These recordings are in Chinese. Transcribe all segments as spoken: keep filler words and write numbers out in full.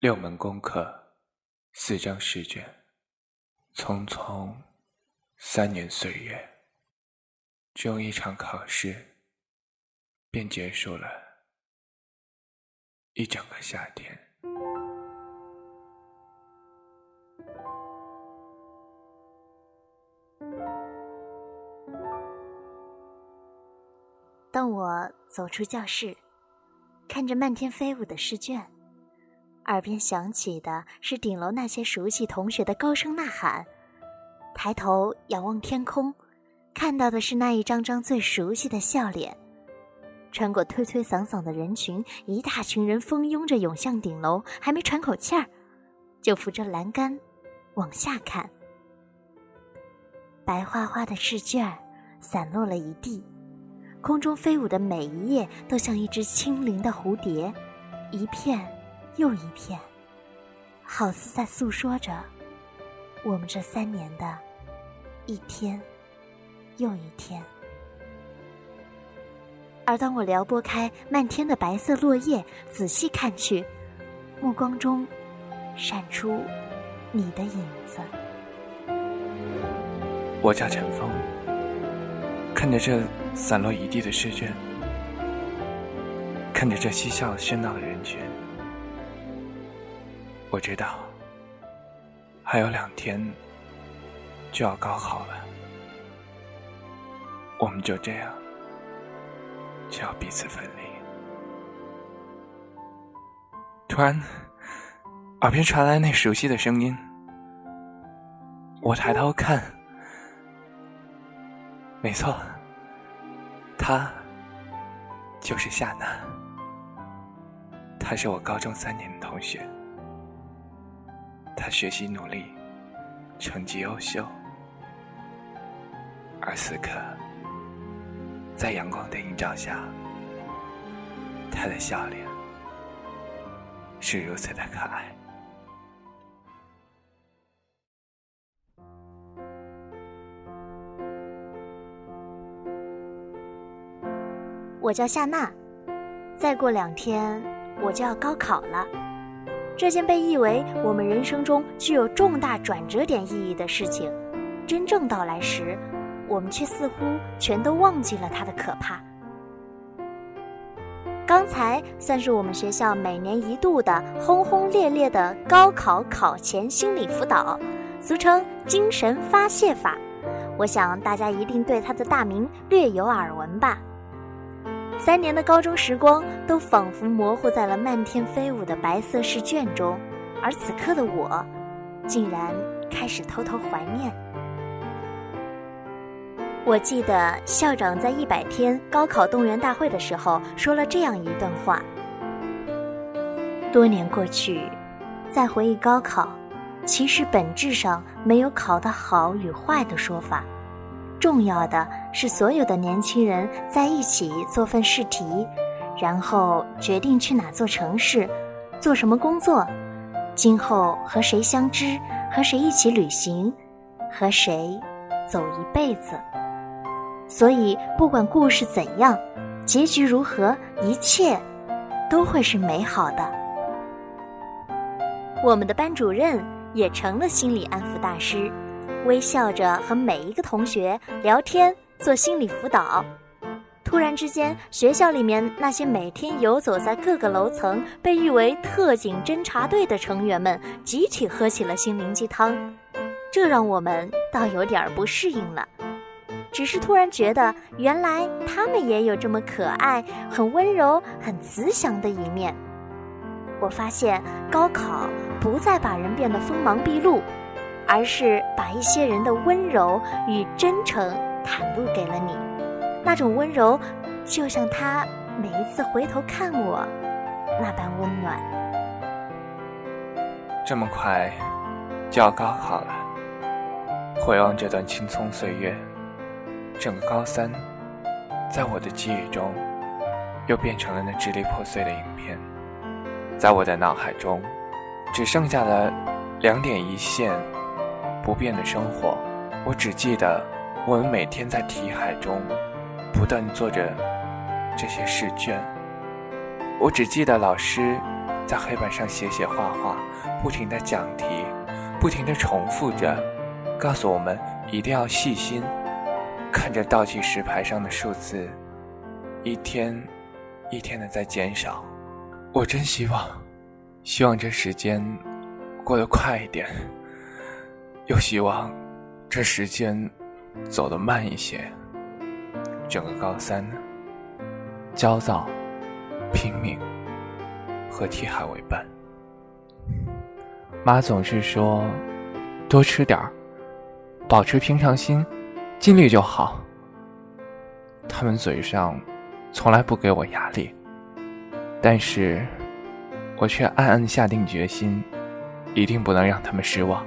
六门功课，四张试卷，匆匆三年岁月，只用一场考试，便结束了一整个夏天。 当我走出教室，看着漫天飞舞的试卷，耳边响起的是顶楼那些熟悉同学的高声呐喊，抬头仰望天空，看到的是那一张张最熟悉的笑脸。穿过推推搡搡的人群，一大群人蜂拥着涌向顶楼，还没喘口气儿，就扶着栏杆往下看。白花花的试卷散落了一地，空中飞舞的每一页都像一只轻灵的蝴蝶，一片又一片，好似在诉说着我们这三年的一天又一天。而当我撩拨开漫天的白色落叶，仔细看去，目光中闪出你的影子。 我叫陈峰，看着这散落一地的试卷，看着这嬉笑喧闹的人群，我知道还有两天就要高考了，我们就这样就要彼此分离。突然耳边传来那熟悉的声音，我抬头看，没错，她就是夏娜，她是我高中三年的同学，她学习努力，成绩优秀，而此刻在阳光的映照下，她的笑脸是如此的可爱。 我叫夏娜，再过两天我就要高考了。这件被誉为我们人生中具有重大转折点意义的事情，真正到来时，我们却似乎全都忘记了它的可怕。刚才算是我们学校每年一度的轰轰烈烈的高考考前心理辅导，俗称精神发泄法，我想大家一定对它的大名略有耳闻吧。三年的高中时光都仿佛模糊在了漫天飞舞的白色试卷中，而此刻的我竟然开始偷偷怀念。我记得校长在一百天高考动员大会的时候说了这样一段话：多年过去，再回忆高考，其实本质上没有考得好与坏的说法，重要的是所有的年轻人在一起做份试题，然后决定去哪座城市，做什么工作，今后和谁相知，和谁一起旅行，和谁走一辈子。所以不管故事怎样，结局如何，一切都会是美好的。我们的班主任也成了心理安抚大师，微笑着和每一个同学聊天，做心理辅导。突然之间，学校里面那些每天游走在各个楼层被誉为特警侦察队的成员们集体喝起了心灵鸡汤，这让我们倒有点不适应了。只是突然觉得，原来他们也有这么可爱、很温柔、很慈祥的一面。我发现高考不再把人变得锋芒毕露，而是把一些人的温柔与真诚袒露给了你。那种温柔就像他每一次回头看我那般温暖。 这么快就要高考了，回望这段青葱岁月，整个高三在我的记忆中又变成了那支离破碎的影片。在我的脑海中只剩下了两点一线不变的生活。我只记得我们每天在题海中不断做着这些试卷，我只记得老师在黑板上写写画画，不停地讲题，不停地重复着，告诉我们一定要细心，看着倒计时牌上的数字一天一天的在减少。我真希望希望这时间过得快一点，又希望这时间走得慢一些。整个高三，焦躁、拼命和题海为伴。妈总是说多吃点儿，保持平常心，尽力就好。他们嘴上从来不给我压力，但是我却暗暗下定决心，一定不能让他们失望。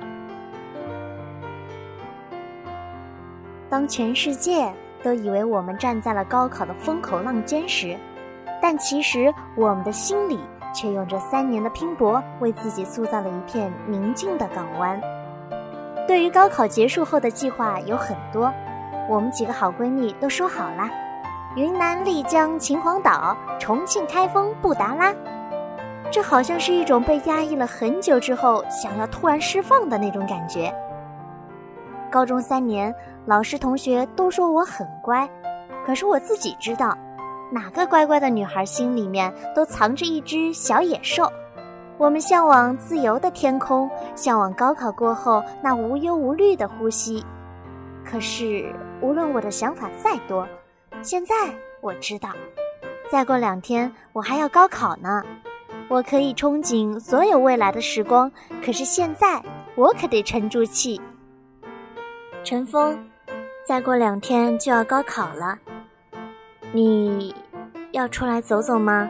当全世界都以为我们站在了高考的风口浪尖时，但其实我们的心里却用这三年的拼搏为自己塑造了一片宁静的港湾。对于高考结束后的计划有很多，我们几个好闺蜜都说好了，云南丽江秦皇岛，重庆开封布达拉。这好像是一种被压抑了很久之后想要突然释放的那种感觉。高中三年，老师同学都说我很乖，可是我自己知道，哪个乖乖的女孩心里面都藏着一只小野兽。我们向往自由的天空，向往高考过后那无忧无虑的呼吸。可是无论我的想法再多，现在我知道，再过两天我还要高考呢。我可以憧憬所有未来的时光，可是现在我可得沉住气。陈峰，再过两天就要高考了，你要出来走走吗？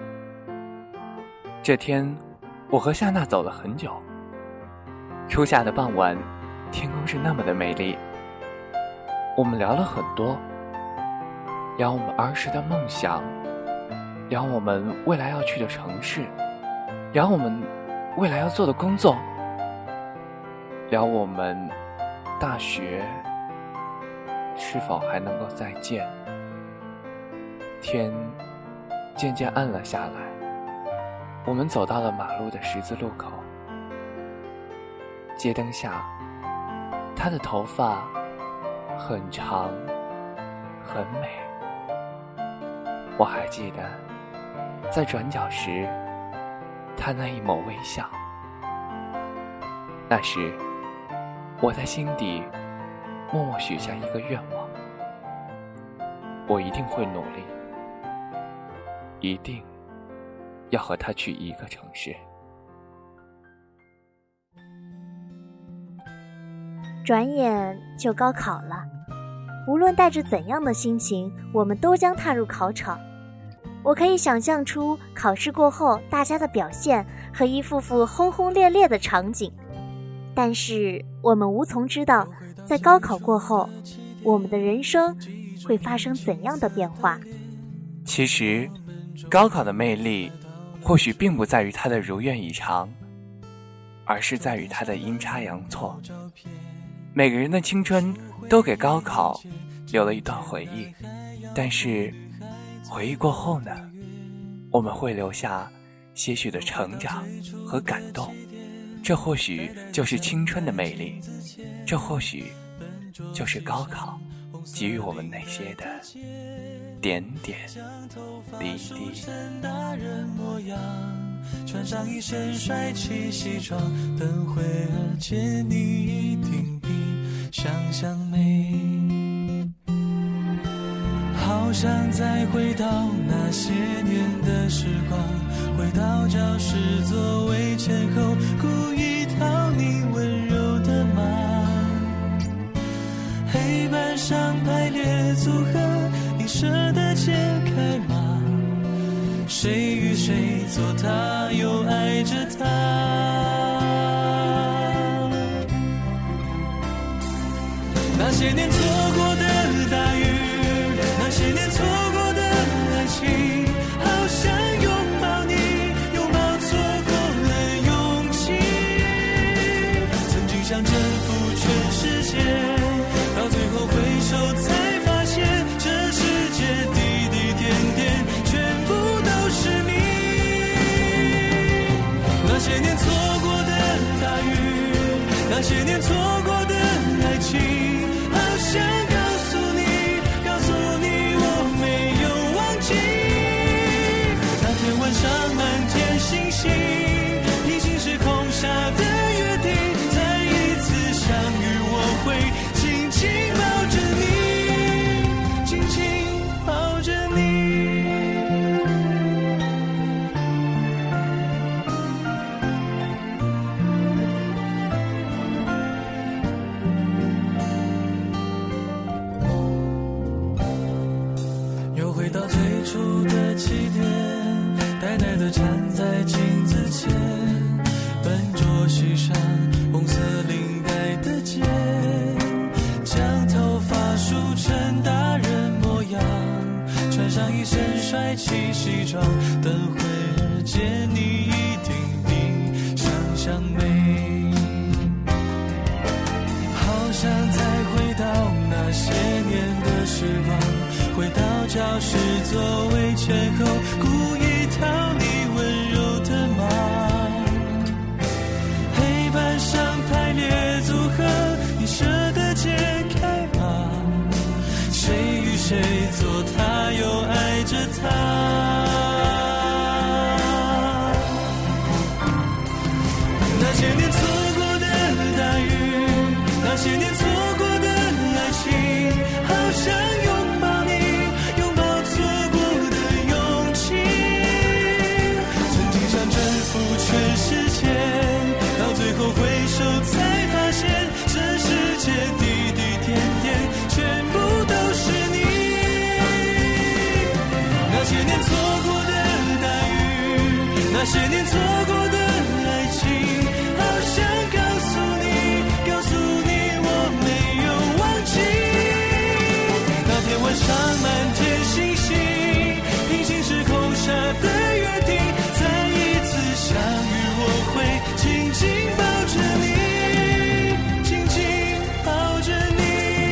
这天我和夏娜走了很久。初夏的傍晚，天空是那么的美丽。我们聊了很多，聊我们儿时的梦想，聊我们未来要去的城市，聊我们未来要做的工作，聊我们大学是否还能够再见。天渐渐暗了下来，我们走到了马路的十字路口。街灯下，她的头发很长很美。我还记得在转角时她那一抹微笑。那时我在心底默默许下一个愿望，我一定会努力，一定要和她去一个城市。 转眼就高考了，无论带着怎样的心情，我们都将踏入考场。我可以想象出考试过后大家的表现和一幅幅轰轰烈烈的场景，但是我们无从知道，在高考过后，我们的人生会发生怎样的变化。 其实，高考的魅力或许并不在于它的如愿以偿，而是在于它的阴差阳错。每个人的青春都给高考留了一段回忆，但是回忆过后呢，我们会留下些许的成长和感动。这或许就是青春的魅力，这或许就是高考给予我们那些的点点滴滴。 穿上一身帅气西装，等会儿见你一定比想象美。好想再回到那些年的时光，回到教室座位前后，故意讨你温柔的骂。黑板上排列组合，你舍得解开吗？谁与谁做他，又爱着他。那些年错过的大雨，那些年错过的爱情，好想拥抱你，拥抱错过了勇气。曾经想征服全世界，到最后回首才发现，这世界滴滴点点全部都是你。 些年错过的大雨，那些年错过的爱情，好想告诉你，告诉你我没有忘记。那天晚上满天星星，平行时空下的约定，再一次相遇我会紧紧抱着你，紧紧抱着你。又回到最初的起点，呆呆地站在镜子前，笨拙系上红色领带的结，将头发梳成大人模样，穿上一身帅气西装，等会儿见你一定比想象美。好想再回到那些年的时光，回到教室座位前后，故意讨你温柔的骂。黑板上排列组合，你舍得解开吗？谁与谁做他，又爱着他。那些年错过的大雨，那些年错过的爱情，好想拥抱你，拥抱错过的勇气。曾经想征服全世界，到最后回首才发现，这世界滴滴点点全部都是你。那些年错过的大雨，那些年错过的爱情，好想告诉你，告诉你我没有忘记。那天晚上满天星星，平行时空下的约定，再一次相遇我会紧紧抱着你，紧紧抱着你。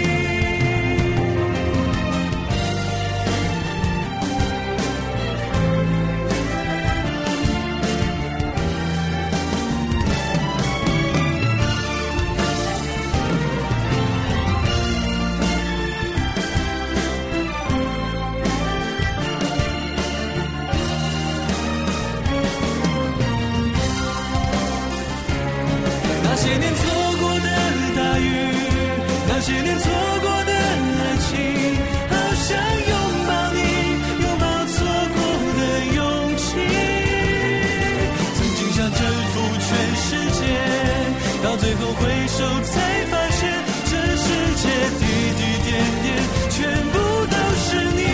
那些年错过的大雨，那些年错过的爱情，好想拥抱你，拥抱错过的勇气。曾经想征服全世界，到最后回首才发现，这世界滴滴点点全部都是你。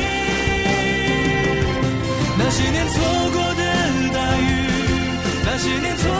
那些年错过的大雨，那些年错